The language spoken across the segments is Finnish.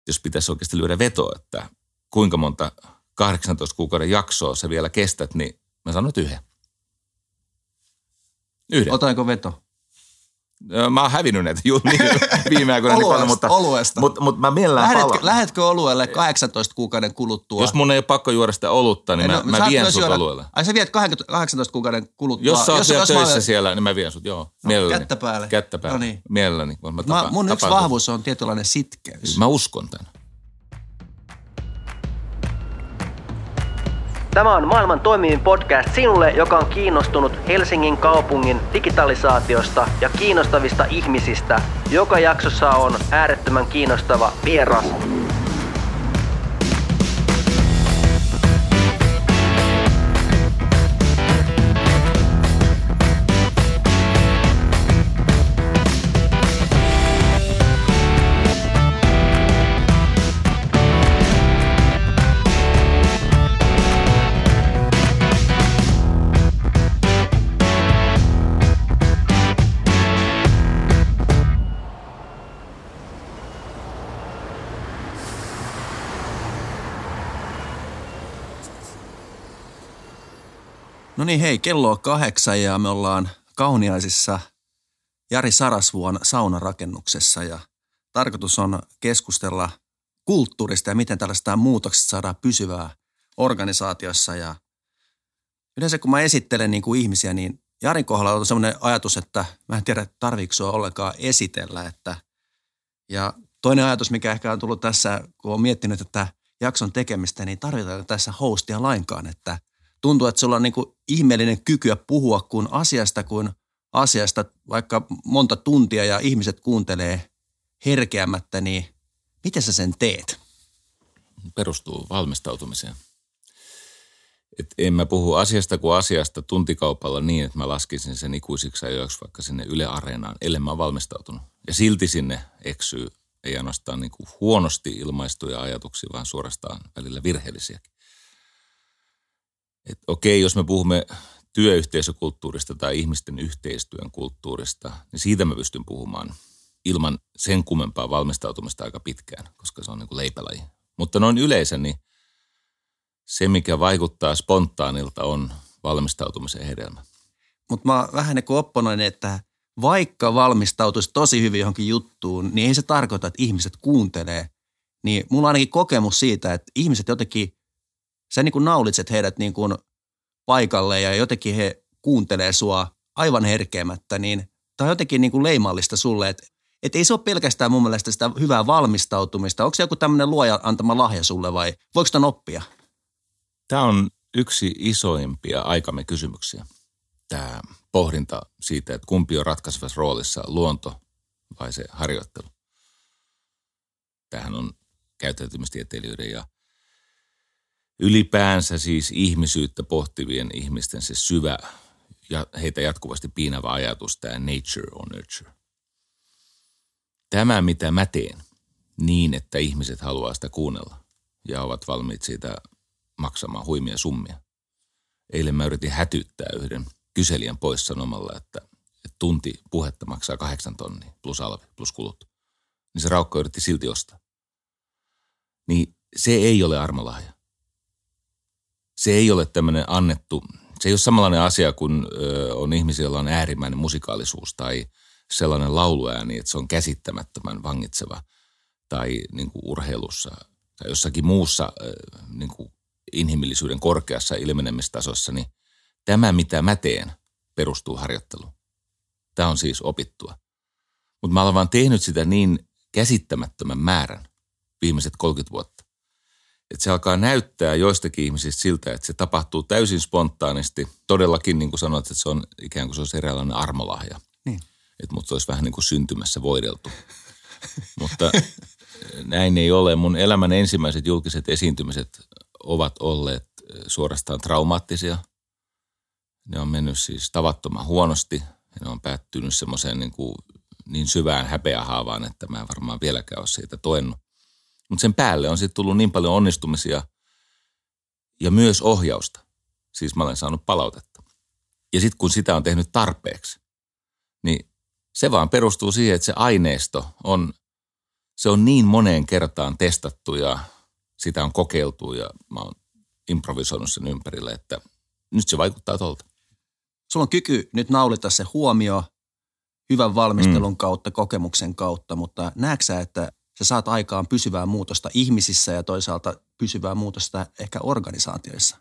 jos pitäisi oikeasti lyödä vetoa, että kuinka monta 18 kuukauden jaksoa sä vielä kestät, niin mä sanon, että yhden. Otanko veto? Mä oon hävinnyt näitä viime aikoina niin paljon, mutta mä mielellään palaan. Lähetkö oluelle 18 kuukauden kuluttua? Jos mun ei ole pakko juoda sitä olutta, niin mä vien sut oluelle. Ai sä viet 18 kuukauden kuluttua? Jos sä oot vielä töissä siellä, niin mä vien sut, joo. Mielelläni. Kättä päälle. Kättä päälle. No niin. Mielelläni. Mun yksi vahvuus on tietynlainen sitkeys. Mä uskon tämän. Tämä on maailman toimivin podcast sinulle, joka on kiinnostunut Helsingin kaupungin digitalisaatiosta ja kiinnostavista ihmisistä. Joka jaksossa on äärettömän kiinnostava vieras. No niin, hei, kello on 8 ja me ollaan Kauniaisissa Jari Sarasvuon saunarakennuksessa ja tarkoitus on keskustella kulttuurista ja miten tällaista muutoksista saadaan pysyvää organisaatiossa. Ja yleensä kun mä esittelen niin kuin ihmisiä, niin Jarin kohdalla on sellainen ajatus, että mä en tiedä, tarviiko sua ollenkaan esitellä. Ja toinen ajatus, mikä ehkä on tullut tässä, kun on miettinyt tätä jakson tekemistä, niin tarvitaan tässä hostia lainkaan, että tuntuu, että sulla on niin kuin ihmeellinen kykyä puhua kuin asiasta vaikka monta tuntia ja ihmiset kuuntelee herkeämättä, niin miten sä sen teet? Perustuu valmistautumiseen. En mä puhu asiasta kuin asiasta tuntikaupalla niin, että mä laskisin sen ikuisiksi ajoiksi vaikka sinne Yle Areenaan, ellei mä oon valmistautunut. Ja silti sinne eksyy, ei ainoastaan niin kuin huonosti ilmaistuja ajatuksia, vaan suorastaan välillä virheellisiäkin. Että okei, jos me puhumme työyhteisökulttuurista tai ihmisten yhteistyön kulttuurista, niin siitä mä pystyn puhumaan ilman sen kummempaa valmistautumista aika pitkään, koska se on niin kuin leipälaji. Mutta noin yleensä, niin se, mikä vaikuttaa spontaanilta, on valmistautumisen hedelmä. Mutta mä vähän niin kuin opponoin, että vaikka valmistautuisi tosi hyvin johonkin juttuun, niin ei se tarkoita, että ihmiset kuuntelee. Niin mulla on ainakin kokemus siitä, että ihmiset jotenkin, sä niin kuin naulitset heidät niin kuin paikalle ja jotenkin he kuuntelee sua aivan herkeämättä, niin tämä on jotenkin niin kuin leimallista sulle, että ei se ole pelkästään mun mielestä sitä hyvää valmistautumista. Onko se joku tämmöinen luoja antama lahja sulle vai voiko tämän oppia? Tämä on yksi isoimpia aikamme kysymyksiä. Tämä pohdinta siitä, että kumpi on ratkaisevassa roolissa, luonto vai se harjoittelu. Tämähän on käyttäytymistieteilijöiden ja ylipäänsä siis ihmisyyttä pohtivien ihmisten se syvä ja heitä jatkuvasti piinava ajatus, tämä nature or nurture. Tämä, mitä mä teen niin, että ihmiset haluaa sitä kuunnella ja ovat valmiit siitä maksamaan huimia summia. Eilen mä yritin hätyttää yhden kyselijän pois sanomalla, että tunti puhetta maksaa 8 tonnia plus alvi plus kulut. Niin se raukka yritti silti ostaa. Niin se ei ole armolahja. Se ei ole tämmöinen annettu, se ei ole samanlainen asia kuin on ihmisiä, joilla on äärimmäinen musikaalisuus tai sellainen lauluääni, että se on käsittämättömän vangitseva tai niin kuin urheilussa tai jossakin muussa niin kuin inhimillisyyden korkeassa ilmenemistasossa, niin tämä, mitä mä teen, perustuu harjoitteluun. Tämä on siis opittua. Mutta mä olen vaan tehnyt sitä niin käsittämättömän määrän viimeiset 30 vuotta. Että se alkaa näyttää joistakin ihmisistä siltä, että se tapahtuu täysin spontaanisti. Todellakin, niin kuin sanoit, että se on ikään kuin se olisi eräänlainen armolahja. Niin. Että mut olisi vähän niin kuin syntymässä voideltu. Mutta näin ei ole. Mun elämän ensimmäiset julkiset esiintymiset ovat olleet suorastaan traumaattisia. Ne on mennyt siis tavattoman huonosti ja ne on päättynyt semmoiseen niin syvään häpeähaavaan, että mä en varmaan vieläkään ole siitä toennut. Mutta sen päälle on sitten tullut niin paljon onnistumisia ja myös ohjausta. Siis mä olen saanut palautetta. Ja sitten kun sitä on tehnyt tarpeeksi, niin se vaan perustuu siihen, että se aineisto on se on niin moneen kertaan testattu ja sitä on kokeiltu ja mä oon improvisoinut sen ympärille, että nyt se vaikuttaa tuolta. Sulla on kyky nyt naulita se huomio hyvän valmistelun kautta, kokemuksen kautta, mutta näetkö sä, että sä saat aikaan pysyvää muutosta ihmisissä ja toisaalta pysyvää muutosta ehkä organisaatioissa?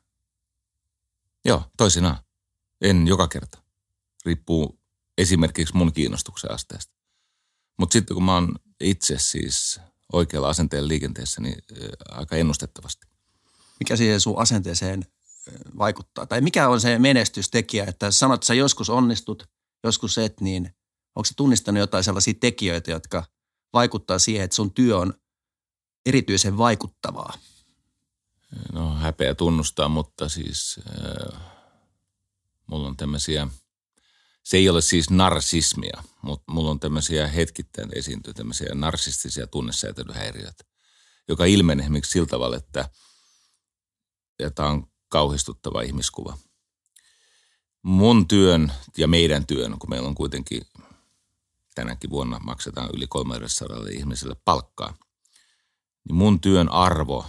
Joo, toisinaan. En joka kerta. Riippuu esimerkiksi mun kiinnostuksen asteesta. Mutta sitten kun mä oon itse siis oikealla asenteella liikenteessä, niin aika ennustettavasti. Mikä siihen sun asenteeseen vaikuttaa? Tai mikä on se menestystekijä, että sanot, että sä joskus onnistut, joskus et, niin onko sä tunnistanut jotain sellaisia tekijöitä, jotka vaikuttaa siihen, että sun työ on erityisen vaikuttavaa? No häpeä tunnustaa, mutta siis mulla on tämmöisiä, se ei ole siis narsismia, mutta mulla on tämmöisiä hetkittäin esiintyy tämmöisiä narsistisia tunnesäätelyhäiriöitä, joka ilmenee esimerkiksi sillä tavalla, että tämä on kauhistuttava ihmiskuva. Mun työn ja meidän työn, kun meillä on kuitenkin tänäkin vuonna maksetaan yli 300 ihmiselle palkkaa, niin mun työn arvo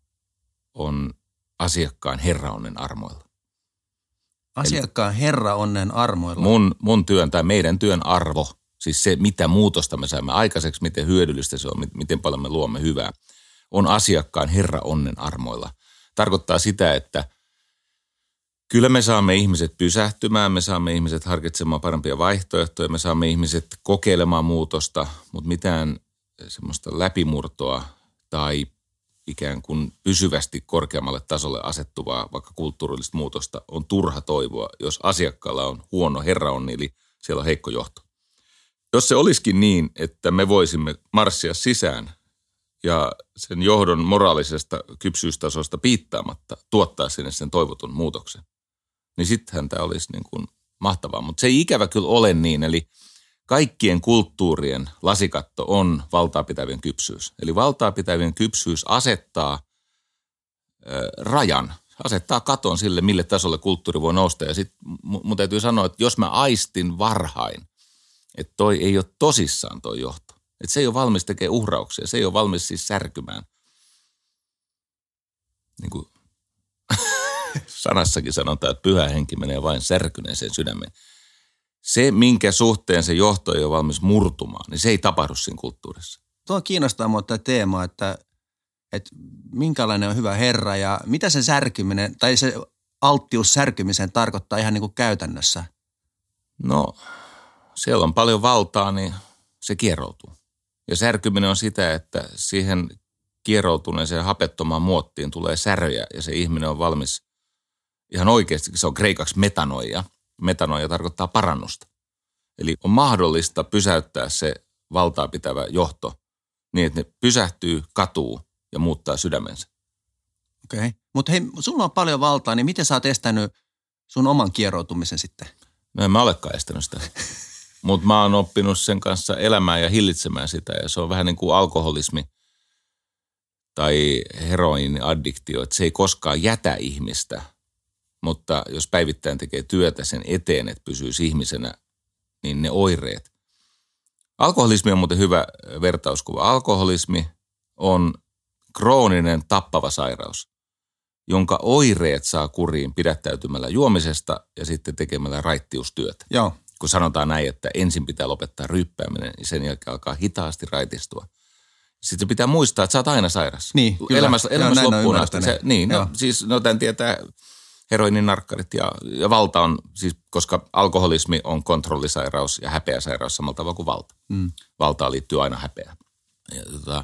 on asiakkaan herraonnen armoilla. Asiakkaan herraonnen armoilla? Mun työn tai meidän työn arvo, siis se mitä muutosta me saamme aikaiseksi, miten hyödyllistä se on, miten paljon me luomme hyvää, on asiakkaan herraonnen armoilla. Tarkoittaa sitä, että kyllä me saamme ihmiset pysähtymään, me saamme ihmiset harkitsemaan parempia vaihtoehtoja, me saamme ihmiset kokeilemaan muutosta, mutta mitään semmoista läpimurtoa tai ikään kuin pysyvästi korkeammalle tasolle asettuvaa vaikka kulttuurillista muutosta on turha toivoa, jos asiakkaalla on huono herraonni, eli siellä on heikko johto. Jos se olisikin niin, että me voisimme marssia sisään ja sen johdon moraalisesta kypsyystasosta piittaamatta tuottaa sinne sen toivotun muutoksen, niin sittenhän tämä olisi niin kuin mahtavaa. Mutta se ei ikävä kyllä ole niin, eli kaikkien kulttuurien lasikatto on valtaapitävien kypsyys. Eli valtaapitävien kypsyys asettaa rajan, asettaa katon sille, mille tasolle kulttuuri voi nousta. Ja sitten mun täytyy sanoa, että jos mä aistin varhain, että toi ei ole tosissaan toi johto, että se ei ole valmis tekemään uhrauksia, se ei ole valmis siis särkymään. Niin kuin sanassakin sanotaan, että pyhä henki menee vain särkyneeseen sydämeen. Se, minkä suhteen se johto ei ole valmis murtumaan, niin se ei tapahdu siinä kulttuurissa. Tuo kiinnostaa minua tämä teema, että minkälainen on hyvä herra ja mitä se särkyminen tai se alttius särkymiseen tarkoittaa ihan niin kuin käytännössä? No, siellä on paljon valtaa, niin se kieroutuu. Ja särkyminen on sitä, että siihen kieroutuneeseen hapettomaan muottiin tulee säröjä ja se ihminen on valmis ihan oikeasti, se on kreikaksi metanoia. Metanoia tarkoittaa parannusta. Eli on mahdollista pysäyttää se valtaa pitävä johto niin, että ne pysähtyy, katuu ja muuttaa sydämensä. Okei. Mutta hei, sulla on paljon valtaa, niin miten sä oot estänyt sun oman kieroutumisen sitten? No en mä olekaan estänyt sitä. Mutta mä oon oppinut sen kanssa elämään ja hillitsemään sitä. Ja se on vähän niin kuin alkoholismi tai heroiiniaddiktio, että se ei koskaan jätä ihmistä. Mutta jos päivittäin tekee työtä sen eteen, että pysyisi ihmisenä, niin ne oireet. Alkoholismi on muuten hyvä vertauskuva. Alkoholismi on krooninen tappava sairaus, jonka oireet saa kuriin pidättäytymällä juomisesta ja sitten tekemällä raittiustyötä. Joo. Kun sanotaan näin, että ensin pitää lopettaa ryppääminen ja sen jälkeen alkaa hitaasti raitistua. Sitten pitää muistaa, että sä oot aina sairas. Niin, kyllä. Elämässä loppuun asti. Siis tämän tietää heroinin narkkarit ja valta on, siis koska alkoholismi on kontrollisairaus ja häpeäsairaus samalla tavalla kuin valta. Valtaan liittyy aina häpeä. Ja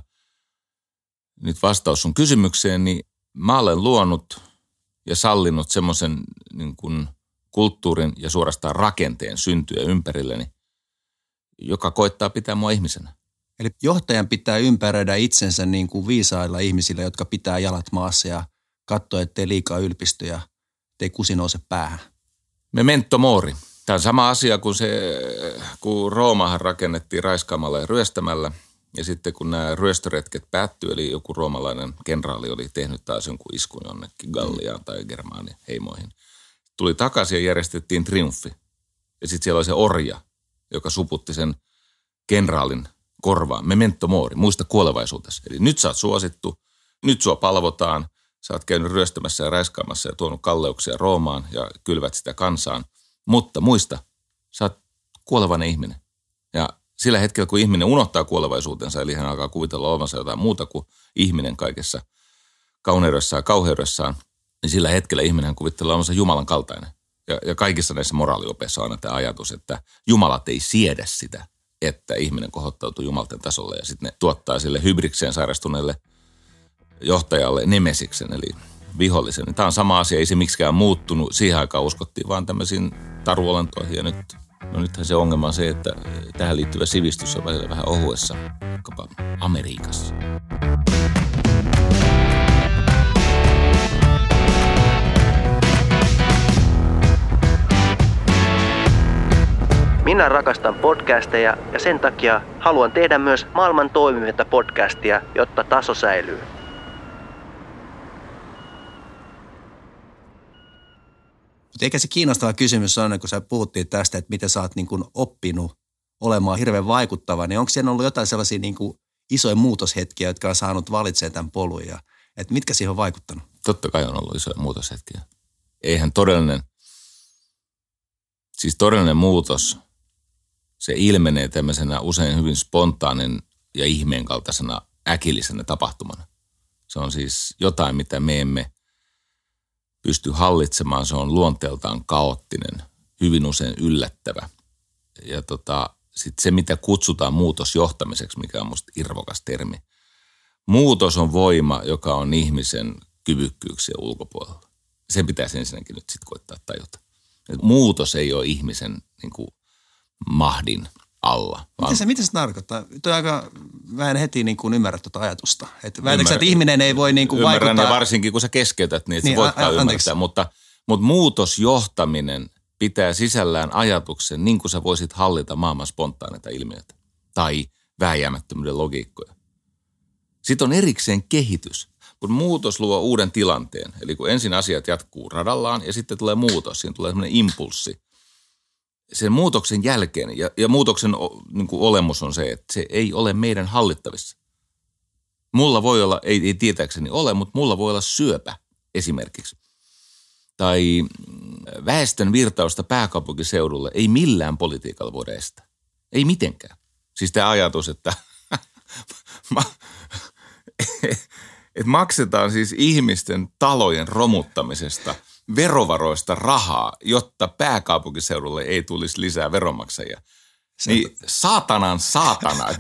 nyt vastaus sun kysymykseen, niin mä olen luonut ja sallinut semmoisen niin kuin kulttuurin ja suorastaan rakenteen syntyä ympärilleni, joka koittaa pitää mua ihmisenä. Eli johtajan pitää ympäröidä itsensä niin kuin viisailla ihmisillä, jotka pitää jalat maassa ja katsoo, ettei liikaa ylpisty ja ettei kusi nouse päähän. Memento mori. Tämä on sama asia kuin kun Roomahan rakennettiin raiskaamalla ja ryöstämällä. Ja sitten kun nämä ryöstöretket päättyi, eli joku roomalainen kenraali oli tehnyt taas jonkun iskun jonnekin Galliaan tai Germaanian heimoihin. Tuli takaisin ja järjestettiin triumfi. Ja sitten siellä oli se orja, joka suputti sen kenraalin korvaan, memento mori, muista kuolevaisuudessa. Eli nyt sä oot suosittu, nyt sua palvotaan, sä oot käynyt ryöstämässä ja raiskaamassa ja tuonut kalleuksia Roomaan ja kylvät sitä kansaan. Mutta muista, sä oot kuolevainen ihminen. Ja sillä hetkellä, kun ihminen unohtaa kuolevaisuutensa, eli hän alkaa kuvitella olevansa jotain muuta kuin ihminen kaikessa kauneudessaan ja kauheudessaan, niin sillä hetkellä ihminen kuvittelee olevansa Jumalan kaltainen. Ja kaikissa näissä moraaliopeissa on aina tämä ajatus, että Jumalat ei siedä sitä, että ihminen kohottautuu Jumalten tasolle ja sitten ne tuottaa sille hybrikseen sairastuneelle johtajalle nemesiksen, eli vihollisen. Tämä on sama asia, ei se miksikään muuttunut. Siihen aikaan uskottiin vaan tämmöisiin taruolentoihin ja nythän se ongelma on se, että tähän liittyvä sivistys on vähän ohuessa, vaikkapa Amerikassa. Minä rakastan podcasteja ja sen takia haluan tehdä myös maailman toimivinta podcastia, jotta taso säilyy. Mutta eikä se kiinnostava kysymys on, kun sä puhuttiin tästä, että miten sä oot niin kuin oppinut olemaan hirveän vaikuttava, niin onko siellä ollut jotain sellaisia niin kuin isoja muutoshetkiä, jotka on saanut valitsemaan tämän polun ja että mitkä siihen on vaikuttanut? Totta kai on ollut isoja muutoshetkiä. Eihän todellinen muutos, se ilmenee tämmöisenä usein hyvin spontaanin ja ihmeen kaltaisena äkillisenä tapahtumana. Se on siis jotain, mitä me emme pysty hallitsemaan. Se on luonteeltaan kaoottinen, hyvin usein yllättävä. Ja sitten se, mitä kutsutaan muutosjohtamiseksi, mikä on musta irvokas termi. Muutos on voima, joka on ihmisen kyvykkyyksien ulkopuolella. Sen pitäisi ensinnäkin nyt sitten koittaa tajuta. Muutos ei ole ihmisen niin kuin mahdin alla. Mitä se tarkoittaa? Mä en heti niin kuin ymmärrä tuota ajatusta. Väitätkö, että ihminen ei voi niin kuin vaikuttaa? Ymmärrän, ja varsinkin kun sä keskeytät, niin et sä voitkaan ymmärtää. Mutta muutosjohtaminen pitää sisällään ajatuksen, niin kuin sä voisit hallita maailman spontaaneita ilmiöitä tai vääjäämättömyyden logiikkoja. Sitten on erikseen kehitys. Kun muutos luo uuden tilanteen, eli kun ensin asiat jatkuu radallaan ja sitten tulee muutos, siinä tulee sellainen impulssi. Sen muutoksen jälkeen, ja muutoksen niin kuin olemus on se, että se ei ole meidän hallittavissa. Mulla voi olla, ei tietääkseni ole, mutta mulla voi olla syöpä esimerkiksi. Tai väestön virtausta pääkaupunkiseudulle ei millään politiikalla voida estää. Ei mitenkään. Siis tämä ajatus, että maksetaan siis ihmisten talojen romuttamisesta verovaroista rahaa, jotta pääkaupunkiseudulle ei tulisi lisää veronmaksajia. Niin saatana, että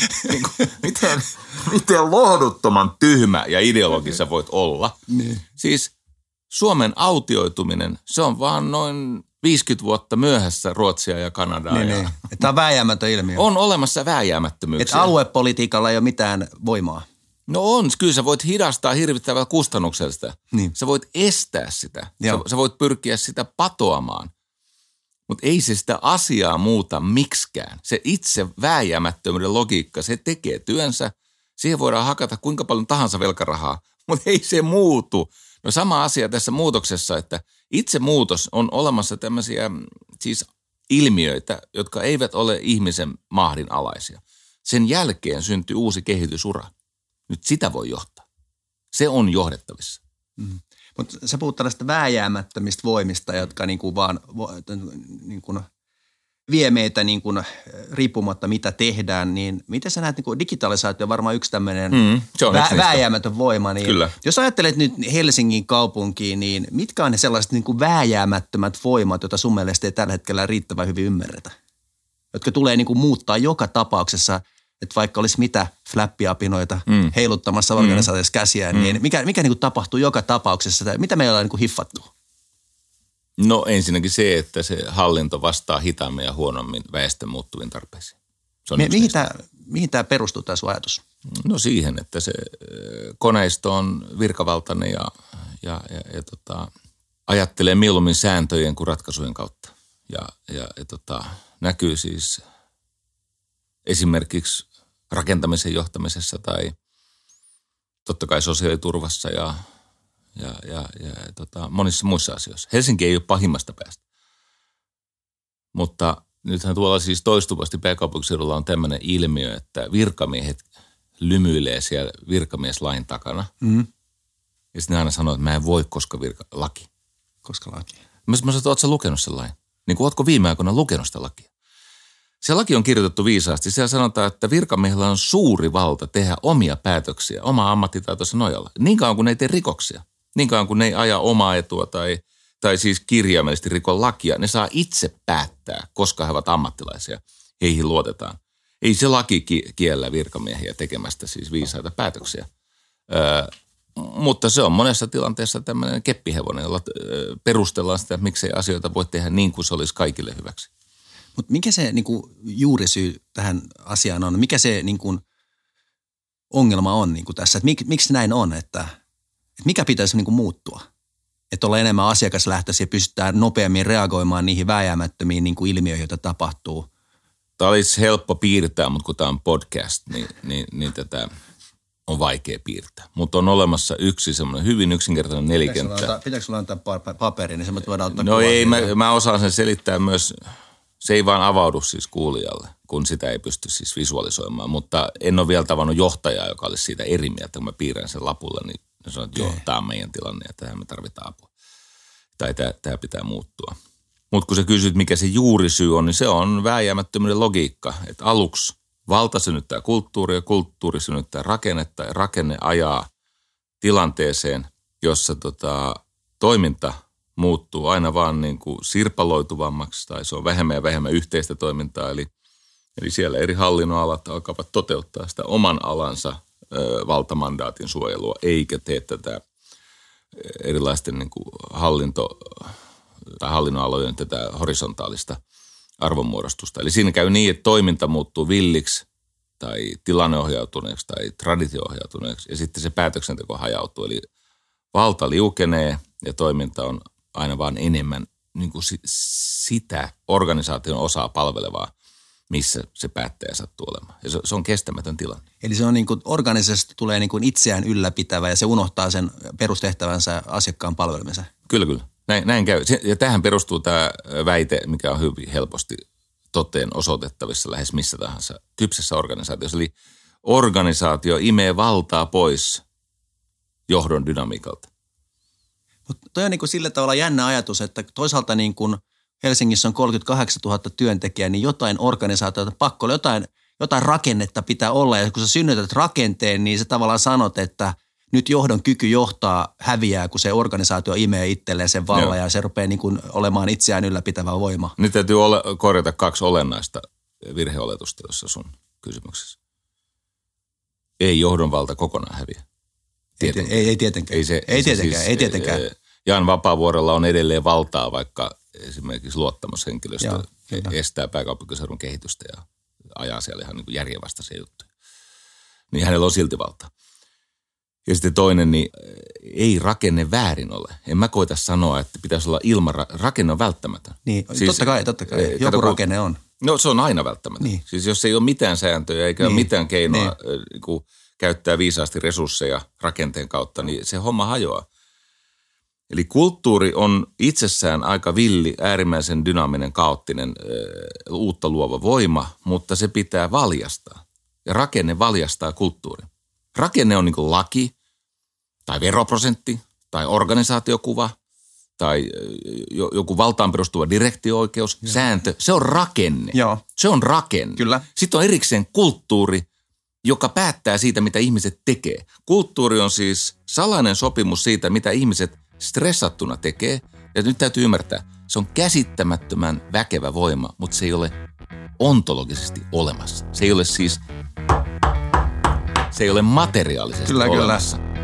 miten lohduttoman tyhmä ja ideologissa voit olla. Niin. Siis Suomen autioituminen, se on vaan noin 50 vuotta myöhässä Ruotsia ja Kanadaa. Niin. Tämä on vääjäämätön ilmiö. On olemassa vääjäämättömyyksiä. Että aluepolitiikalla ei ole mitään voimaa. No on, kyllä sä voit hidastaa hirvittävällä kustannuksella sitä. Niin. Sä voit estää sitä. Sä voit pyrkiä sitä patoamaan. Mutta ei se sitä asiaa muuta miksikään. Se itse vääjäämättömyyden logiikka, se tekee työnsä. Siihen voidaan hakata kuinka paljon tahansa velkarahaa, mutta ei se muutu. No sama asia tässä muutoksessa, että itse muutos on olemassa tämmöisiä siis ilmiöitä, jotka eivät ole ihmisen mahdin alaisia. Sen jälkeen syntyy uusi kehitysura. Nyt sitä voi johtaa. Se on johdettavissa. Mm. Mutta sä puhut tällaista vääjäämättömistä voimista, jotka niinku vaan niinku vie meitä niinku riippumatta mitä tehdään, niin miten sä näet, niinku digitalisaatio on varmaan yksi tämmöinen vääjäämätön voima. Niin kyllä. Jos ajattelet nyt Helsingin kaupunkiin, niin mitkä on ne sellaiset niinku vääjäämättömät voimat, joita sun mielestä ei tällä hetkellä riittävän hyvin ymmärretä? Jotka tulee niinku muuttaa joka tapauksessa, että vaikka olisi mitä flappiapinoita heiluttamassa organisaatiossa käsiä, niin mikä niinku tapahtuu joka tapauksessa? Mitä meillä on niinku hiffattu? No ensinnäkin se, että se hallinto vastaa hitaammin ja huonommin väestön muuttuviin tarpeisiin. Mihin tämä perustuu tämä sun ajatus? No siihen, että se koneisto on virkavaltainen ja ajattelee mieluummin sääntöjen kuin ratkaisujen kautta. Ja näkyy siis esimerkiksi rakentamisen johtamisessa tai totta kai sosiaaliturvassa ja monissa muissa asioissa. Helsinki ei ole pahimmasta päästä, mutta nythän tuolla siis toistuvasti pääkaupunkiseudulla on tämmöinen ilmiö, että virkamiehet lymyilee siellä virkamieslain takana. Mm. Ja sitten ne aina sanoo, että mä en voi, koska laki. Koska laki. Mä sanoin, että ootko sä lukenut sen lain? Niin kuin ootko viime aikoina lukenut sitä lakia? Se laki on kirjoitettu viisaasti. Siellä sanotaan, että virkamiehellä on suuri valta tehdä omia päätöksiä, omaa ammattitaitoisen nojalla. Niin kauan kuin ne ei tee rikoksia. Niin kauan kuin ne ei aja omaa etua tai siis kirjaimellisesti rikon lakia. Ne saa itse päättää, koska he ovat ammattilaisia. Heihin luotetaan. Ei se laki kiellä virkamiehiä tekemästä siis viisaita päätöksiä. Mutta se on monessa tilanteessa tämmöinen keppihevonen, jolla perustellaan sitä, että miksei asioita voi tehdä niin kuin se olisi kaikille hyväksi. Mutta mikä se niinku juurisyy tähän asiaan on? Mikä se niinku ongelma on niinku tässä? Miksi näin on? Että mikä pitäisi niinku muuttua? Että olla enemmän asiakaslähtöisiä ja pystytään nopeammin reagoimaan niihin vääjäämättömiin niinku ilmiöihin, joita tapahtuu. Tämä olisi helppo piirtää, mutta kun tämä on podcast, niin tätä on vaikea piirtää. Mutta on olemassa yksi semmoinen hyvin yksinkertainen nelikenttä. Pitääkö sulla antaa paperi, niin se voidaan ottaa No ei, mä osaan sen selittää myös. Se ei vaan avaudu siis kuulijalle, kun sitä ei pysty siis visualisoimaan. Mutta en ole vielä tavannut johtajaa, joka olisi siitä eri mieltä. Kun mä piirrän sen lapulle, niin ne sanoo, että joo, tämä on meidän tilanne ja tähän me tarvitaan apua. Tai tämä pitää muuttua. Mutta kun sä kysyt, mikä se juurisyy on, niin se on vääjäämättömyyden logiikka. Että aluksi valta synnyttää kulttuuria, kulttuuri synnyttää rakennetta ja rakenne ajaa tilanteeseen, jossa toiminta muuttuu aina vaan niin kuin sirpaloituvammaksi tai se on vähemmän ja vähemmän yhteistä toimintaa. Eli siellä eri hallinnonalat alkavat toteuttaa sitä oman alansa valtamandaatin suojelua, eikä tee tätä erilaisten niin kuin hallinnonalojen tätä horisontaalista arvonmuodostusta. Eli siinä käy niin, että toiminta muuttuu villiksi tai tilanneohjautuneeksi tai traditioohjautuneeksi ja sitten se päätöksenteko hajautuu. Eli valta liukenee ja toiminta on aina vaan enemmän niin kuin sitä organisaation osaa palvelevaa, missä se päättäjä sattuu olemaan. Ja se on kestämätön tilanne. Eli se on niin kuin organisesti tulee niin kuin itseään ylläpitävä ja se unohtaa sen perustehtävänsä asiakkaan palvelemisen. Kyllä. Näin käy. Ja tähän perustuu tämä väite, mikä on hyvin helposti toteen osoitettavissa lähes missä tahansa kypsessä organisaatiossa. Eli organisaatio imee valtaa pois johdon dynamiikalta. Mutta toi on niin kuin sillä tavalla jännä ajatus, että toisaalta niin kuin Helsingissä on 38 000 työntekijää, niin jotain organisaatiota pakko, jotain rakennetta pitää olla. Ja kun sä synnytät rakenteen, niin sä tavallaan sanot, että nyt johdon kyky johtaa häviää, kun se organisaatio imee itselleen sen vallan ja se rupeaa niin kuin olemaan itseään ylläpitävä voima. Nyt täytyy korjata 2 olennaista virheoletusta tuossa sun kysymyksessä. Ei johdon valta kokonaan häviä. Ei tietenkään. Ei tietenkään. Jan Vapaavuorella on edelleen valtaa, vaikka esimerkiksi luottamushenkilöstö estää pääkaupunkiseudun kehitystä ja ajaa siellä ihan niin kuin järjenvastaisia juttuja. Niin hänellä on silti valtaa. Ja sitten toinen, niin ei rakenne väärin ole. En mä koita sanoa, että pitäisi olla rakenne on välttämätön. Niin, siis, totta kai. Joku rakenne on. No se on aina välttämätön. Niin. Siis jos ei ole mitään sääntöjä eikä ole mitään keinoa niin käyttää viisaasti resursseja rakenteen kautta, niin se homma hajoaa. Eli kulttuuri on itsessään aika villi, äärimmäisen dynaaminen, kaoottinen, uutta luova voima, mutta se pitää valjastaa. Ja rakenne valjastaa kulttuurin. Rakenne on niin kuin laki tai veroprosentti tai organisaatiokuva tai joku valtaan perustuva direktio-oikeus, sääntö. Se on rakenne. Joo. Se on rakenne. Kyllä. Sitten on erikseen kulttuuri, joka päättää siitä, mitä ihmiset tekee. Kulttuuri on siis salainen sopimus siitä, mitä ihmiset stressattuna tekee. Ja nyt täytyy ymmärtää, se on käsittämättömän väkevä voima, mutta se ei ole ontologisesti olemassa. Se ei ole siis, se ei ole materiaalisesti olemassa. Kyllä.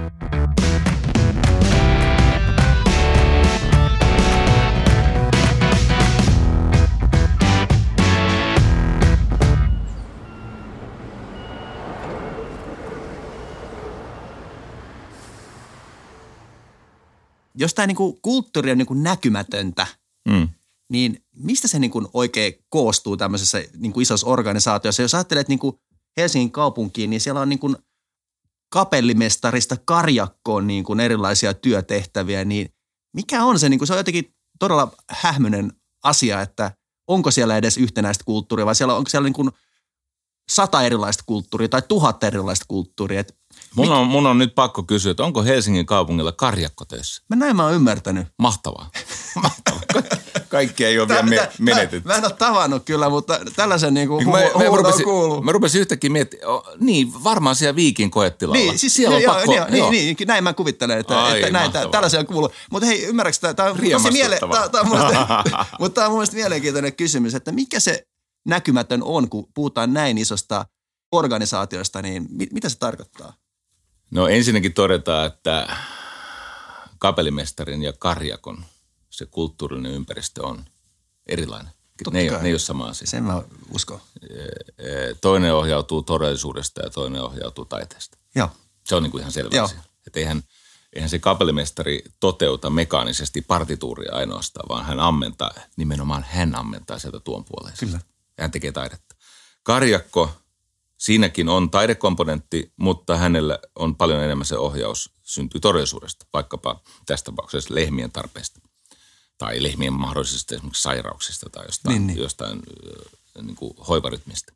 Jos tämä niinku kulttuuri on niinku näkymätöntä, niin mistä se niinku oikein koostuu tämmöisessä niinku isossa organisaatiossa? Jos ajattelet niinku Helsingin kaupunkiin, niin siellä on niinku kapellimestarista karjakkoon niinku erilaisia työtehtäviä, niin mikä on se? Niinku se on jotenkin todella hähmöinen asia, että onko siellä edes yhtenäistä kulttuuria vai onko siellä niin kuin 100 erilaista kulttuuria tai 1000 erilaista kulttuuria. Mun on nyt pakko kysyä, että onko Helsingin kaupungilla karjakko töissä? Mä oon ymmärtänyt. Mahtavaa. Kaikki ei ole vielä menetetty. Mä en ole tavannut kyllä, mutta tällaisen niin kuin huudon kuuluu. Mä rupesin yhtäkkiä miettimään, niin varmaan siellä Viikin koetilalla. Niin, siis siellä on pakko. Niin, näin mä kuvittelen, että näin tällaisia kuuluu. Mutta hei, ymmärrätkö, tämä on mutta tämä on mun mielestä mielenkiintoinen kysymys, että mikä se näkymätön on, kun puhutaan näin isosta organisaatiosta, niin mitä se tarkoittaa? No ensinnäkin todetaan, että kapellimestarin ja karjakon se kulttuurinen ympäristö on erilainen. Ne ei ole sama asia. Sen mä uskon. Toinen ohjautuu todellisuudesta ja toinen ohjautuu taiteesta. Joo. Se on niin kuin ihan selvä asia. Että eihän se kapellimestari toteuta mekaanisesti partituuria ainoastaan, vaan hän ammentaa sieltä tuon puoleen. Kyllä. Hän tekee taidetta. Karjakko, siinäkin on taidekomponentti, mutta hänellä on paljon enemmän se ohjaus syntyy todellisuudesta, vaikkapa tässä tapauksessa lehmien tarpeesta tai lehmien mahdollisista esimerkiksi sairauksista tai jostain niin kuin hoivarytmistä.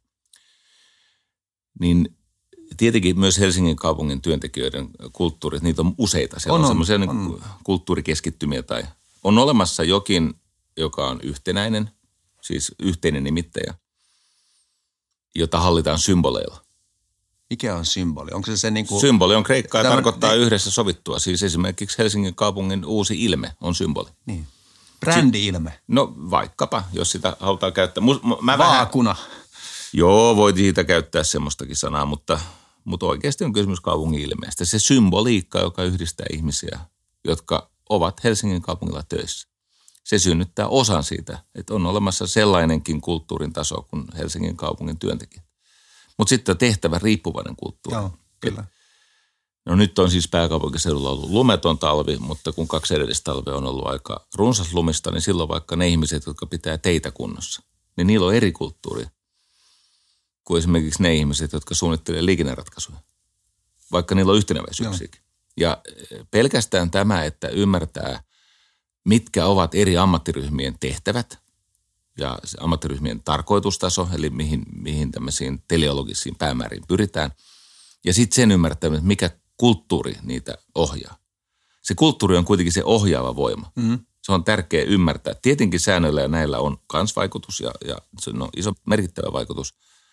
Niin tietenkin myös Helsingin kaupungin työntekijöiden kulttuurit, niitä on useita. Siellä on semmoisia niin kulttuurikeskittymiä tai on olemassa jokin, joka on yhtenäinen, siis yhteinen nimittäjä, jota hallitaan symboleilla. Mikä on symboli? Onko se niin kuin... Symboli on kreikkaa ja tarkoittaa yhdessä sovittua. Siis esimerkiksi Helsingin kaupungin uusi ilme on symboli. Niin. Brändi-ilme. No vaikkapa, jos sitä halutaan käyttää. Vaakuna. Joo, voi siitä käyttää semmoistakin sanaa, mutta oikeasti on kysymys kaupungin ilmeestä. Se symboliikka, joka yhdistää ihmisiä, jotka ovat Helsingin kaupungilla töissä. Se synnyttää osan siitä, että on olemassa sellainenkin kulttuurin taso kuin Helsingin kaupungin työntekijät. Mutta sitten tehtävä riippuvainen kulttuuri. Joo, kyllä. No nyt on siis pääkaupunkiseudulla ollut lumeton talvi, mutta kun 2 edellistä talvea on ollut aika runsas lumista, niin silloin vaikka ne ihmiset, jotka pitää teitä kunnossa, niin niillä on eri kulttuuri kuin esimerkiksi ne ihmiset, jotka suunnittelee liikenneratkaisuja, vaikka niillä on yhtenäväisyyksiäkin. Ja pelkästään tämä, että ymmärtää, mitkä ovat eri ammattiryhmien tehtävät ja ammattiryhmien tarkoitustaso, eli mihin tämmöisiin teleologisiin päämääriin pyritään. Ja sitten sen ymmärtäminen, mikä kulttuuri niitä ohjaa. Se kulttuuri on kuitenkin se ohjaava voima. Mm-hmm. Se on tärkeää ymmärtää. Tietenkin säännöillä ja näillä on kans vaikutus ja se on iso merkittävä vaikutus.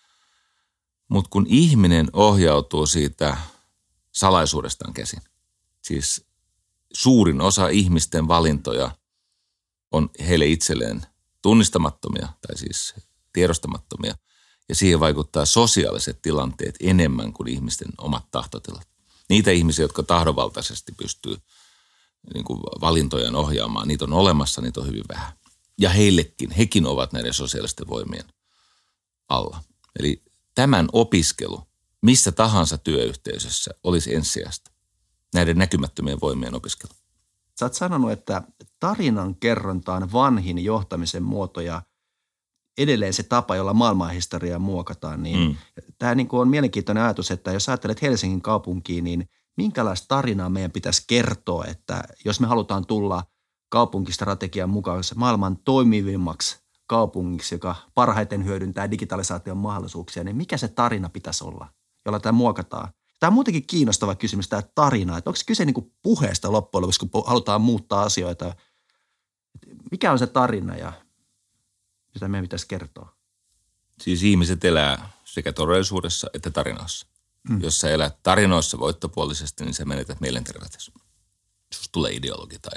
Mutta kun ihminen ohjautuu siitä salaisuudestaan käsin, siis suurin osa ihmisten valintoja on heille itselleen tunnistamattomia tai siis tiedostamattomia. Ja siihen vaikuttaa sosiaaliset tilanteet enemmän kuin ihmisten omat tahtotilat. Niitä ihmisiä, jotka tahdonvaltaisesti pystyy niin kuin valintojaan ohjaamaan, niitä on olemassa, niitä on hyvin vähän. Ja hekin ovat näiden sosiaalisten voimien alla. Eli tämän opiskelu missä tahansa työyhteisössä olisi ensisijaista. Näiden näkymättömien voimien opiskelu. Sä oot sanonut, että tarinan kerronta on vanhin johtamisen muoto ja edelleen se tapa, jolla maailmanhistoriaa muokataan. Niin tämä niin kuin on mielenkiintoinen ajatus, että jos ajattelet Helsingin kaupunkiin, niin minkälaista tarinaa meidän pitäisi kertoa, että jos me halutaan tulla kaupunkistrategian mukaan maailman toimivimmaksi kaupungiksi, joka parhaiten hyödyntää digitalisaation mahdollisuuksia, niin mikä se tarina pitäisi olla, jolla tämä muokataan? Tämä on muutenkin kiinnostava kysymys, tämä tarina. Että onko kyse niin kuin puheesta loppujen lopuksi, kun halutaan muuttaa asioita? Mikä on se tarina ja mitä meidän pitäisi kertoa? Siis ihmiset elää sekä todellisuudessa että tarinoissa. Jos sä elät tarinoissa voittopuolisesti, niin sä menetät mielenterveytesi. Jos tulee ideologi tai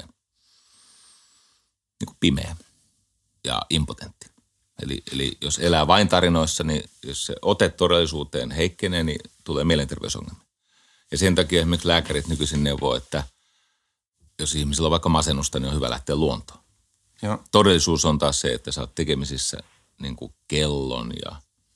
niin kuin pimeä ja impotentti. Eli jos elää vain tarinoissa, niin jos se ote todellisuuteen heikkenee, niin tulee mielenterveysongelmia. Ja sen takia esimerkiksi lääkärit nykyisin neuvoo, että jos ihmisillä on vaikka masennusta, niin on hyvä lähteä luontoon. Ja todellisuus on taas se, että sä oot tekemisissä niin kuin kellon ja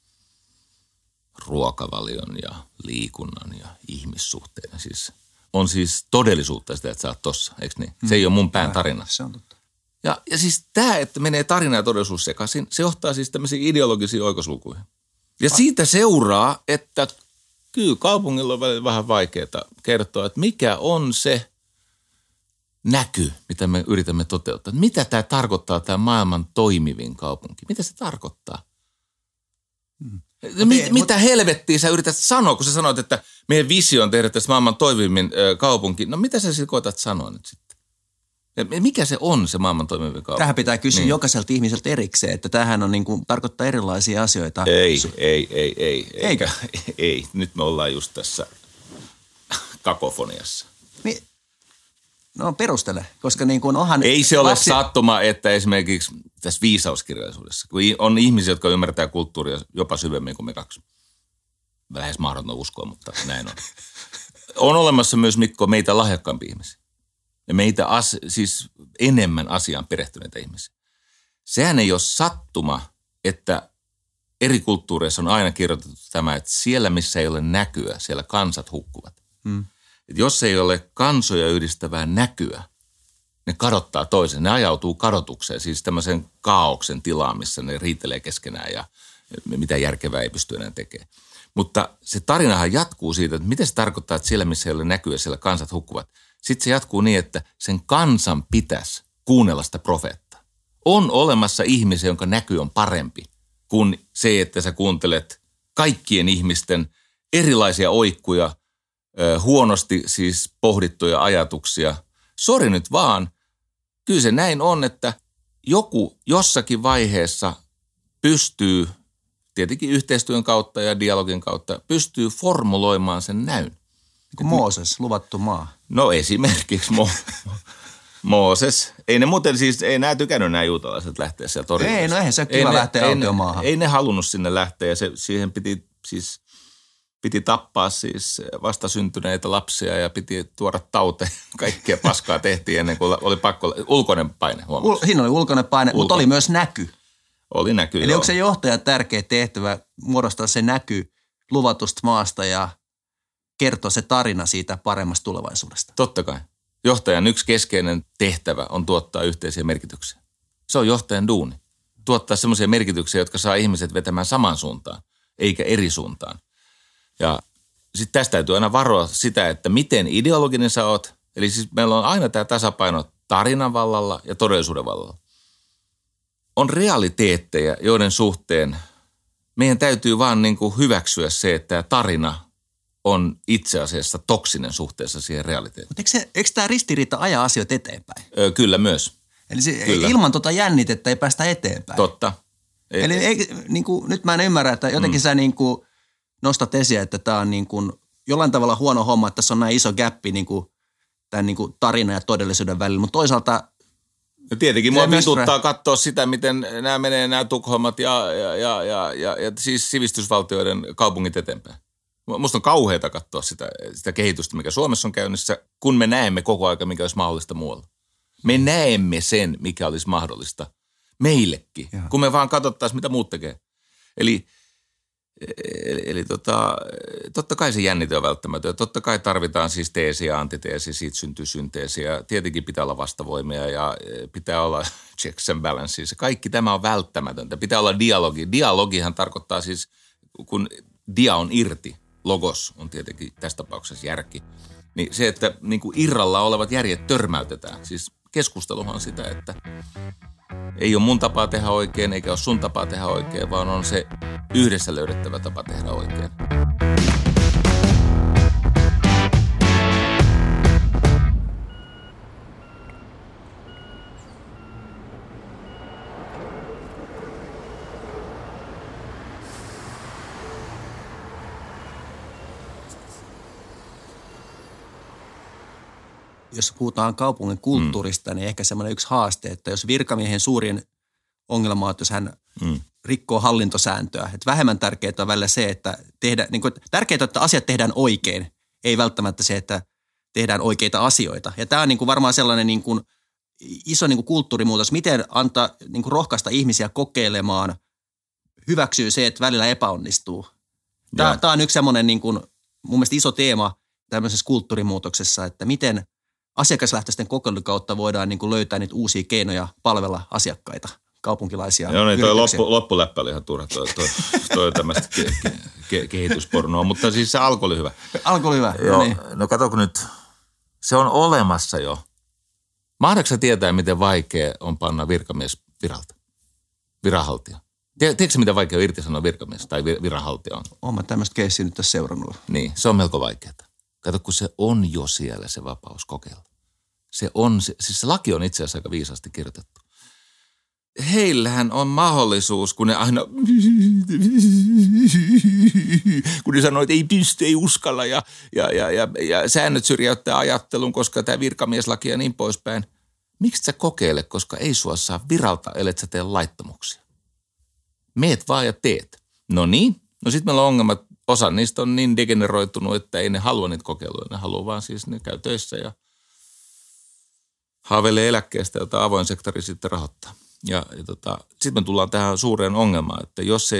ruokavalion ja liikunnan ja ihmissuhteiden. On siis todellisuutta sitä, että sä oot tossa, eikö niin? Se ei ole mun pään tarina. Se on totta. Ja siis tämä, että menee tarina ja todellisuus sekaisin, se johtaa siis tämmöisiin ideologisiin oikosulkuihin. Ja siitä seuraa, että kyllä kaupungilla on vähän vaikeaa kertoa, että mikä on se näky, mitä me yritämme toteuttaa. Mitä tämä tarkoittaa, tämä maailman toimivin kaupunki? Mitä se tarkoittaa? Mitä helvettiä sä yrität sanoa, kun sä sanoit, että meidän visio on tehdä tästä maailman toimivin kaupunki? No mitä sä siis koetat sanoa nyt sitten? Mikä se on se maailman toimivin kaupunki? Tähän pitää kysyä jokaiselta ihmiseltä erikseen, että tämähän on niin kuin, tarkoittaa erilaisia asioita. Ei. Eikö? Ei, nyt me ollaan just tässä kakofoniassa. No perustele, koska niin kuin onhan... Ei se ole sattuma, että esimerkiksi tässä viisauskirjallisuudessa, kun on ihmisiä, jotka ymmärtää kulttuuria jopa syvemmin kuin me kaksi. Lähes mahdoton uskoa, mutta näin on. On olemassa myös, Mikko, meitä lahjakkaampi ihmisiä. Ja meitä siis enemmän asiaan perehtyneitä ihmisiä. Sehän ei ole sattuma, että eri kulttuureissa on aina kirjoitettu tämä, että siellä missä ei ole näkyä, siellä kansat hukkuvat. Että jos ei ole kansoja yhdistävää näkyä, ne kadottaa toisen. Ne ajautuu kadotukseen, siis tämmöisen kaaoksen tilaan, missä ne riitelee keskenään ja mitä järkevää ei pysty enää tekemään. Mutta se tarinahan jatkuu siitä, että miten se tarkoittaa, että siellä missä ei ole näkyä, siellä kansat hukkuvat. Sitten se jatkuu niin, että sen kansan pitäisi kuunnella sitä profeettaa. On olemassa ihmisiä, jonka näky on parempi kuin se, että sä kuuntelet kaikkien ihmisten erilaisia oikkuja, huonosti siis pohdittuja ajatuksia. Sori nyt vaan, kyllä se näin on, että joku jossakin vaiheessa pystyy, tietenkin yhteistyön kautta ja dialogin kautta, pystyy formuloimaan sen näyn. Kuin Mooses, luvattu maa. No esimerkiksi Mooses. Ei ne muuten siis, ei nämä tykännyt nämä juutalaiset lähteä siellä torjumaan. Ei, no eihän se ole kiva lähteä autiomaahan. Ei ne halunnut sinne lähteä ja siihen piti tappaa siis vastasyntyneitä lapsia ja piti tuoda tauteja. Kaikkea paskaa tehtiin ennen kuin oli pakko, ulkoinen paine huomasi. Siinä oli ulkoinen paine, mutta oli myös näky. Oli näky, eli onko se johtajan tärkeä tehtävä muodostaa se näky luvatusta maasta ja kertoa se tarina siitä paremmasta tulevaisuudesta? Totta kai. Johtajan yksi keskeinen tehtävä on tuottaa yhteisiä merkityksiä. Se on johtajan duuni. Tuottaa semmoisia merkityksiä, jotka saa ihmiset vetämään samaan suuntaan, eikä eri suuntaan. Ja sitten tästä täytyy aina varoa sitä, että miten ideologinen sä oot. Eli siis meillä on aina tämä tasapaino tarinan vallalla ja todellisuuden vallalla. On realiteetteja, joiden suhteen meidän täytyy vaan niin kuin hyväksyä se, että tämä tarina on itse asiassa toksinen suhteessa siihen realiteettiin. Mutta eikö tämä ristiriita ajaa asioita eteenpäin? Kyllä myös. Eli kyllä. Ilman jännitettä ei päästä eteenpäin. Totta. Eli niin kuin, nyt mä en ymmärrä, että jotenkin sä niin kuin nostat esiin, että tämä on niin kuin jollain tavalla huono homma, että tässä on näin iso gäppi niin kuin tämän niin kuin tarinan ja todellisuuden välillä, mutta toisaalta... No tietenkin mua vituttaa katsoa sitä, miten nämä Tukholmat ja siis sivistysvaltioiden kaupungit eteenpäin. Musta on kauheata katsoa sitä kehitystä, mikä Suomessa on käynnissä, kun me näemme koko ajan, mikä olisi mahdollista muualla. Me näemme sen, mikä olisi mahdollista meillekin, kun me vaan katsottaisiin, mitä muut tekee. Eli totta kai se jännite on välttämätön. Totta kai tarvitaan siis teesi ja antiteesi, siitä syntyy synteesi ja tietenkin pitää olla vastavoimia ja pitää olla checks and balances. Kaikki tämä on välttämätöntä. Pitää olla dialogi. Dialogihan tarkoittaa siis, kun dia on irti, logos on tietenkin tässä tapauksessa järki, niin se, että niin kuin irralla olevat järjet törmäytetään. Siis keskusteluhan on sitä, että ei ole mun tapaa tehdä oikein, eikä ole sun tapaa tehdä oikein, vaan on se yhdessä löydettävä tapa tehdä oikein. Jos puhutaan kaupungin kulttuurista, niin ehkä semmoinen yksi haaste, että jos virkamiehen suurin ongelma on, että jos hän rikkoo hallintosääntöä, että vähemmän tärkeää on välillä se, että tärkeää on, että asiat tehdään oikein, ei välttämättä se, että tehdään oikeita asioita. Ja tämä on niin kuin varmaan sellainen niin kuin iso niin kuin kulttuurimuutos, miten antaa niin kuin rohkaista ihmisiä kokeilemaan, hyväksyy se, että välillä epäonnistuu. Tämä on yksi semmoinen niin kuin, mun mielestä iso teema tämmöisessä kulttuurimuutoksessa, että miten asiakaslähtöisten kokeilun kautta voidaan niin kuin löytää niitä uusia keinoja palvella asiakkaita, kaupunkilaisia. Joo, niin toi loppuläppä oli ihan turha, toi tämmöistä kehityspornoa, mutta siis se alkoi oli hyvä. Alkoi oli hyvä, joo, niin. No katsoko nyt, se on olemassa jo Mahdatko tietää, miten vaikea on panna virkamies viralta? Viranhaltija. Tiedätkö, miten vaikea on irtisanoa virkamies tai viranhaltija on? Olen mä tämmöistä keissiä nyt tässä seurannut. Niin, se on melko vaikeaa. Kato, kun se on jo siellä se vapaus kokeilla. Siis se laki on itse asiassa aika viisaasti kirjoitettu. Heillähän on mahdollisuus, kun ne aina, kun ne sanoo, että ei pysty, ei uskalla ja säännöt syrjäyttää ajattelun, koska tämä virkamieslaki ja niin poispäin. Miksi sä kokeile, koska ei sua saa viralta, ellet sä tee laittomuksia. Meet vaan ja teet. No niin, no sit meillä on ongelmat. Osa niistä on niin degeneroitunut, että ei ne halua niitä kokeiluja. Ne haluaa vaan siis, ne käy töissä ja haaveilee eläkkeestä, jota avoin sektori sitten rahoittaa. Sitten me tullaan tähän suureen ongelmaan, että jos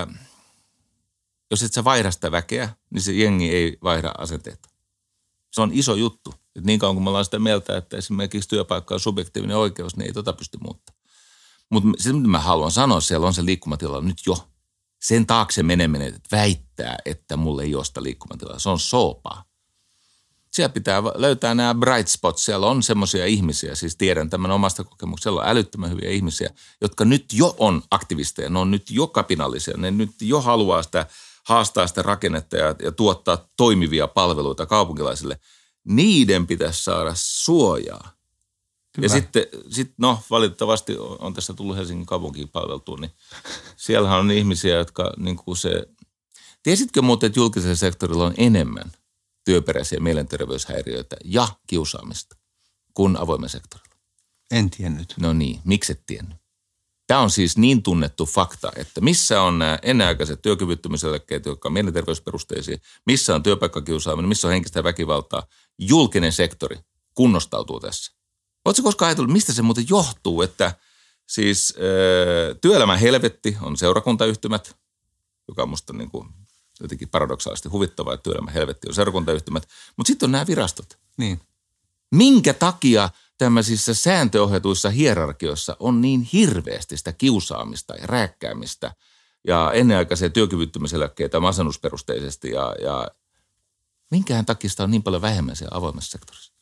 et sä vaihda sitä väkeä, niin se jengi ei vaihda asenteita. Se on iso juttu. Et niin kauan kuin me ollaan sitä mieltä, että esimerkiksi työpaikka on subjektiivinen oikeus, niin ei pysty muuttamaan. Mutta se, mitä mä haluan sanoa, siellä on se liikkumatila nyt jo. Sen taakse meneminen, että väittää, että mulla ei ole sitä liikkumatilaa. Se on soopaa. Siellä pitää löytää nämä bright spots. Siellä on semmoisia ihmisiä, siis tiedän tämän omasta kokemuksesta. Siellä on älyttömän hyviä ihmisiä, jotka nyt jo on aktivisteja. Ne on nyt jo kapinallisia. Ne nyt jo haluaa haastaa sitä rakennetta ja tuottaa toimivia palveluita kaupunkilaisille. Niiden pitäisi saada suojaa. Kyllä. Ja sitten valitettavasti on tässä tullut Helsingin kaupunkiin palveltuun, niin siellähän on ihmisiä, jotka niin kuin se... Tiesitkö muuten, että julkisella sektorilla on enemmän työperäisiä mielenterveyshäiriöitä ja kiusaamista kuin avoimen sektorilla? En tiennyt. No niin, miksi et tiennyt? Tämä on siis niin tunnettu fakta, että missä on nämä ennenaikaiset työkyvyttömyyseläkkeet, jotka on mielenterveysperusteisia, missä on työpaikkakiusaaminen, missä on henkistä väkivaltaa. Julkinen sektori kunnostautuu tässä. Oletko koskaan ajatellut, mistä se muuten johtuu, että siis työelämän helvetti on seurakuntayhtymät, joka on musta niin kuin jotenkin paradoksaalisesti huvittavaa, että työelämän helvetti on seurakuntayhtymät, mutta sitten on nämä virastot. Niin. Minkä takia tämmöisissä sääntöohjatuissa hierarkioissa on niin hirveästi sitä kiusaamista ja rääkkäämistä ja ennenaikaisia työkyvyttömyyseläkkeitä masennusperusteisesti ja minkähän takia sitä on niin paljon vähemmän siellä avoimessa sektorissa?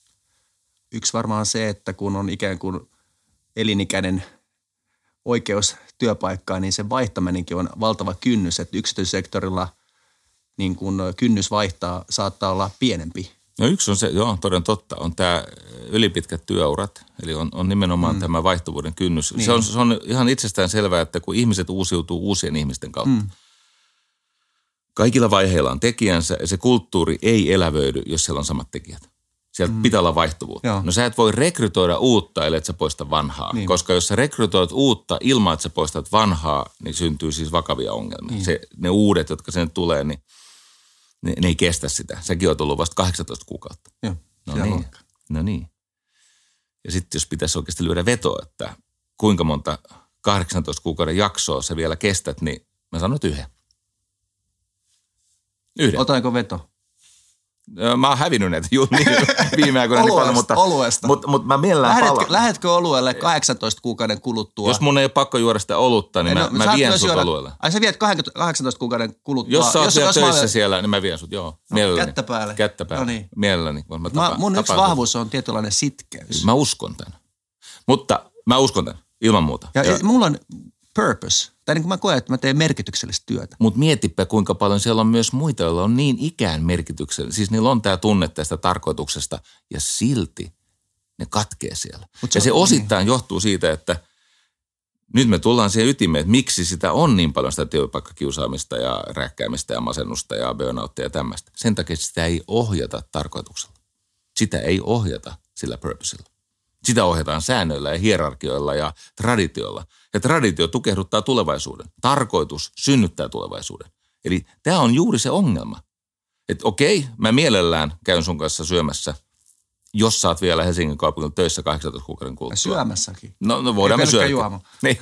Yksi varmaan se, että kun on ikään kuin elinikäinen oikeus työpaikkaan, niin sen vaihtaminenkin on valtava kynnys, että yksityissektorilla niin kun kynnys vaihtaa saattaa olla pienempi. No yksi on se, joo, toden totta, on tämä ylipitkät työurat, eli on nimenomaan tämä vaihtuvuuden kynnys. Niin. Se on ihan itsestään selvää, että kun ihmiset uusiutuu uusien ihmisten kautta, kaikilla vaiheilla on tekijänsä ja se kulttuuri ei elävöidy, jos siellä on samat tekijät. Sieltä pitää olla vaihtuvuutta. Joo. No sä et voi rekrytoida uutta, ellei sä poista vanhaa. Niin. Koska jos sä rekrytoit uutta ilman, että sä poistat vanhaa, niin syntyy siis vakavia ongelmia. Niin. Ne uudet, jotka sen tulee, niin ne ei kestä sitä. Säkin oot ollut vasta 18 kuukautta. Joo. No niin. Ja sitten jos pitäisi oikeasti lyödä vetoa, että kuinka monta 18 kuukauden jaksoa sä vielä kestät, niin mä sanon yhden. Otanko veto? Mä oon hävinnyt näitä viime aikoina. Oluesta. Mutta mä mielellään palaan. Lähetkö oluelle 18 kuukauden kuluttua? Jos mun ei ole pakko juoda sitä olutta, niin mä vien sut oluelle. Ai sä viet 18 kuukauden kuluttua? Jos sä oot vielä töissä siellä, niin mä vien sut, joo. Mielelläni. Kättä päälle. No niin. Mielelläni. Mun yksi vahvuus on tietynlainen sitkeys. Mä uskon tämän. Mutta mä uskon tämän, ilman muuta. Ja mulla on purpose. Tai niin kuin mä koen, että mä teen merkityksellistä työtä. Mutta mietipä, kuinka paljon siellä on myös muita, joilla on niin ikään merkityksellistä. Siis niillä on tämä tunne tästä tarkoituksesta ja silti ne katkee siellä. Ja se osittain johtuu siitä, että nyt me tullaan siihen ytimeen, että miksi sitä on niin paljon sitä työpaikkakiusaamista ja rääkkäämistä ja masennusta ja burnouttia ja tämmöistä. Sen takia sitä ei ohjata tarkoituksella. Sitä ei ohjata sillä purposella. Sitä ohjataan säännöillä ja hierarkioilla ja traditioilla. Ja traditio tukehduttaa tulevaisuuden. Tarkoitus synnyttää tulevaisuuden. Eli tämä on juuri se ongelma. Että okei, mä mielellään käyn sun kanssa syömässä, jos sä oot vielä Helsingin kaupungilla töissä 18 kuukauden kuluttua. Syömässäkin. No voidaan me syödä. Juoma.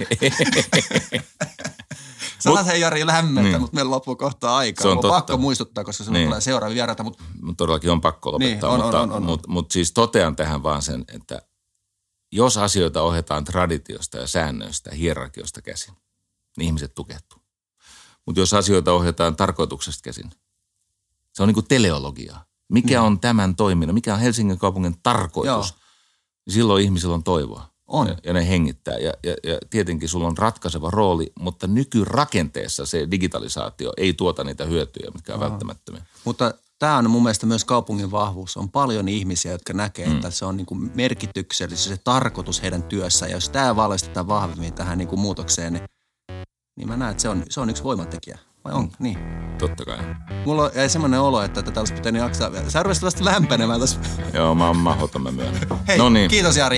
Sanat hei Jari lämmentä, mutta meillä loppuu kohta aikaa. Se on pakko muistuttaa, koska sinulla tulee seuraavia vieraita. Todellakin on pakko lopettaa, mutta siis totean tähän vaan sen, että jos asioita ohjataan traditiosta ja säännöistä ja hierarkiosta käsin, niin ihmiset tukehtuu. Mutta jos asioita ohjataan tarkoituksesta käsin, se on niin kuin teleologiaa. Mikä on tämän toiminnan, mikä on Helsingin kaupungin tarkoitus? Joo. niin silloin ihmisillä on toivoa. On. Ja ne hengittää. Ja tietenkin sulla on ratkaiseva rooli, mutta nykyrakenteessa se digitalisaatio ei tuota niitä hyötyjä, mitkä on välttämättömiä. Mutta tämä on mun mielestä myös kaupungin vahvuus. On paljon ihmisiä, jotka näkee, että se on niin kuin merkityksellistä, se tarkoitus heidän työssä. Ja jos tämä valmistetaan vahvemmin tähän niin kuin muutokseen, niin mä näen, että se on yksi voimatekijä. Vai on? Niin. Totta kai. Mulla jäi semmoinen olo, että tätä olisi pitänyt jaksaa. Sä rupesit vasta lämpenemään tässä. Joo, mä oon mahdoton, mä myönnän. Hei, Noniin. Kiitos Jari.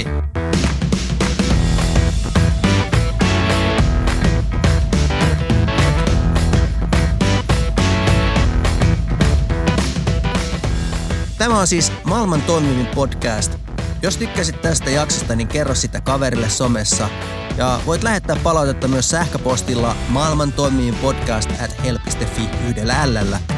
Tämä on siis maailman toimivin podcast. Jos tykkäsit tästä jaksosta, niin kerro sitä kaverille somessa. Ja voit lähettää palautetta myös sähköpostilla maailmantoimivinpodcast@help.fi yhdellä L:llä.